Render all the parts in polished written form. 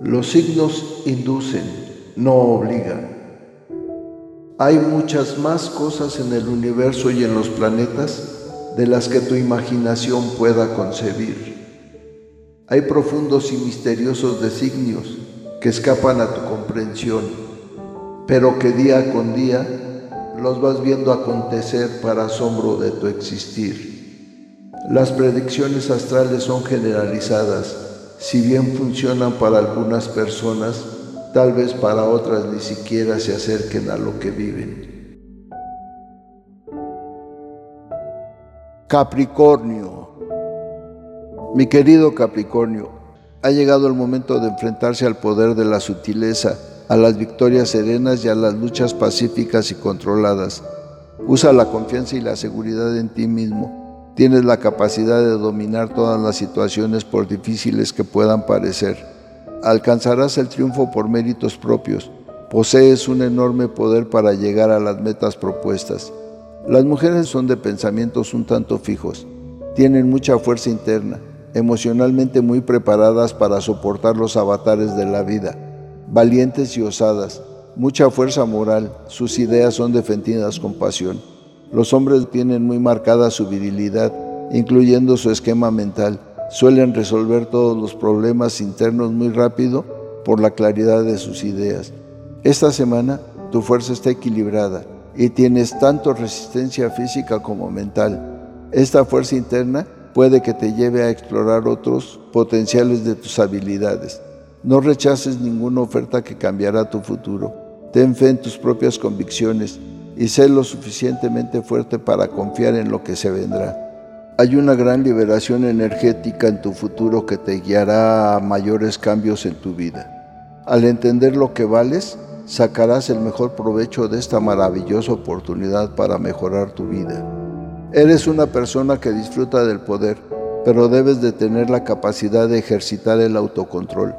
Los signos inducen, no obligan. Hay muchas más cosas en el universo y en los planetas de las que tu imaginación pueda concebir. Hay profundos y misteriosos designios que escapan a tu comprensión, pero que día con día los vas viendo acontecer para asombro de tu existir. Las predicciones astrales son generalizadas. Si bien funcionan para algunas personas, tal vez para otras ni siquiera se acerquen a lo que viven. Capricornio. Mi querido Capricornio, ha llegado el momento de enfrentarse al poder de la sutileza, a las victorias serenas y a las luchas pacíficas y controladas. Usa la confianza y la seguridad en ti mismo. Tienes la capacidad de dominar todas las situaciones por difíciles que puedan parecer. Alcanzarás el triunfo por méritos propios. Posees un enorme poder para llegar a las metas propuestas. Las mujeres son de pensamientos un tanto fijos. Tienen mucha fuerza interna, emocionalmente muy preparadas para soportar los avatares de la vida. Valientes y osadas, mucha fuerza moral, sus ideas son defendidas con pasión. Los hombres tienen muy marcada su virilidad, incluyendo su esquema mental. Suelen resolver todos los problemas internos muy rápido por la claridad de sus ideas. Esta semana tu fuerza está equilibrada y tienes tanto resistencia física como mental. Esta fuerza interna puede que te lleve a explorar otros potenciales de tus habilidades. No rechaces ninguna oferta que cambiará tu futuro. Ten fe en tus propias convicciones y sé lo suficientemente fuerte para confiar en lo que se vendrá. Hay una gran liberación energética en tu futuro que te guiará a mayores cambios en tu vida. Al entender lo que vales, sacarás el mejor provecho de esta maravillosa oportunidad para mejorar tu vida. Eres una persona que disfruta del poder, pero debes de tener la capacidad de ejercitar el autocontrol.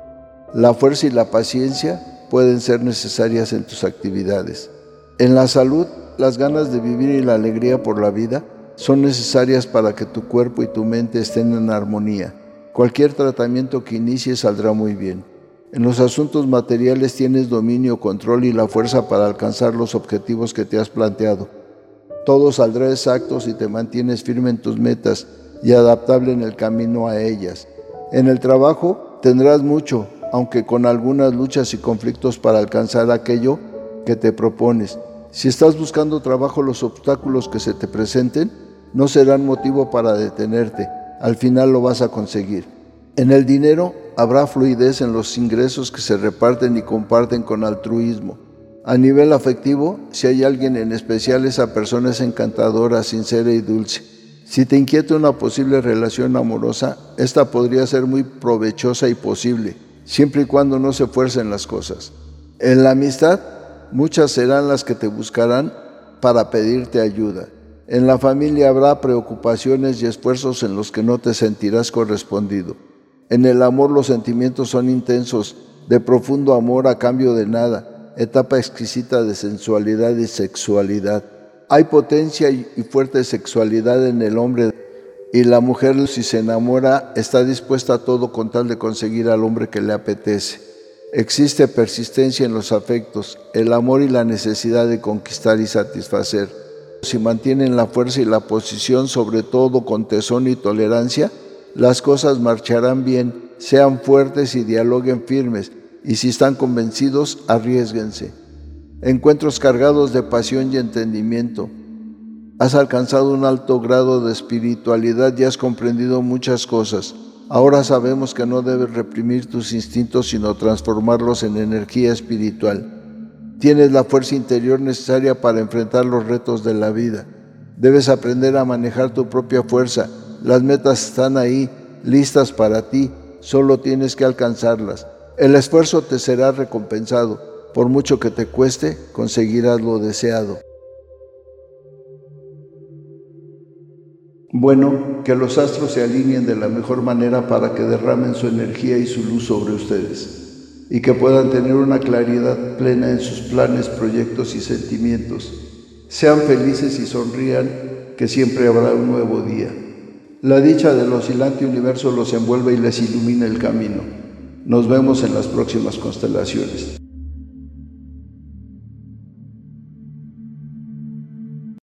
La fuerza y la paciencia pueden ser necesarias en tus actividades. En la salud, las ganas de vivir y la alegría por la vida son necesarias para que tu cuerpo y tu mente estén en armonía. Cualquier tratamiento que inicies saldrá muy bien. En los asuntos materiales tienes dominio, control y la fuerza para alcanzar los objetivos que te has planteado. Todo saldrá exacto si te mantienes firme en tus metas y adaptable en el camino a ellas. En el trabajo tendrás mucho, aunque con algunas luchas y conflictos para alcanzar aquello que te propones. Si estás buscando trabajo, los obstáculos que se te presenten no serán motivo para detenerte. Al final lo vas a conseguir. En el dinero habrá fluidez en los ingresos que se reparten y comparten con altruismo. A nivel afectivo, si hay alguien en especial, esa persona es encantadora, sincera y dulce. Si te inquieta una posible relación amorosa, esta podría ser muy provechosa y posible, siempre y cuando no se fuercen las cosas. En la amistad, muchas serán las que te buscarán para pedirte ayuda. En la familia habrá preocupaciones y esfuerzos en los que no te sentirás correspondido. En el amor los sentimientos son intensos, de profundo amor a cambio de nada, etapa exquisita de sensualidad y sexualidad. Hay potencia y fuerte sexualidad en el hombre, y la mujer, si se enamora, está dispuesta a todo con tal de conseguir al hombre que le apetece. Existe persistencia en los afectos, el amor y la necesidad de conquistar y satisfacer. Si mantienen la fuerza y la posición, sobre todo con tesón y tolerancia, las cosas marcharán bien. Sean fuertes y dialoguen firmes, y si están convencidos, arriésguense. Encuentros cargados de pasión y entendimiento. Has alcanzado un alto grado de espiritualidad y has comprendido muchas cosas. Ahora sabemos que no debes reprimir tus instintos, sino transformarlos en energía espiritual. Tienes la fuerza interior necesaria para enfrentar los retos de la vida. Debes aprender a manejar tu propia fuerza. Las metas están ahí, listas para ti. Solo tienes que alcanzarlas. El esfuerzo te será recompensado. Por mucho que te cueste, conseguirás lo deseado. Bueno, que los astros se alineen de la mejor manera para que derramen su energía y su luz sobre ustedes, y que puedan tener una claridad plena en sus planes, proyectos y sentimientos. Sean felices y sonrían, que siempre habrá un nuevo día. La dicha del oscilante universo los envuelve y les ilumina el camino. Nos vemos en las próximas constelaciones.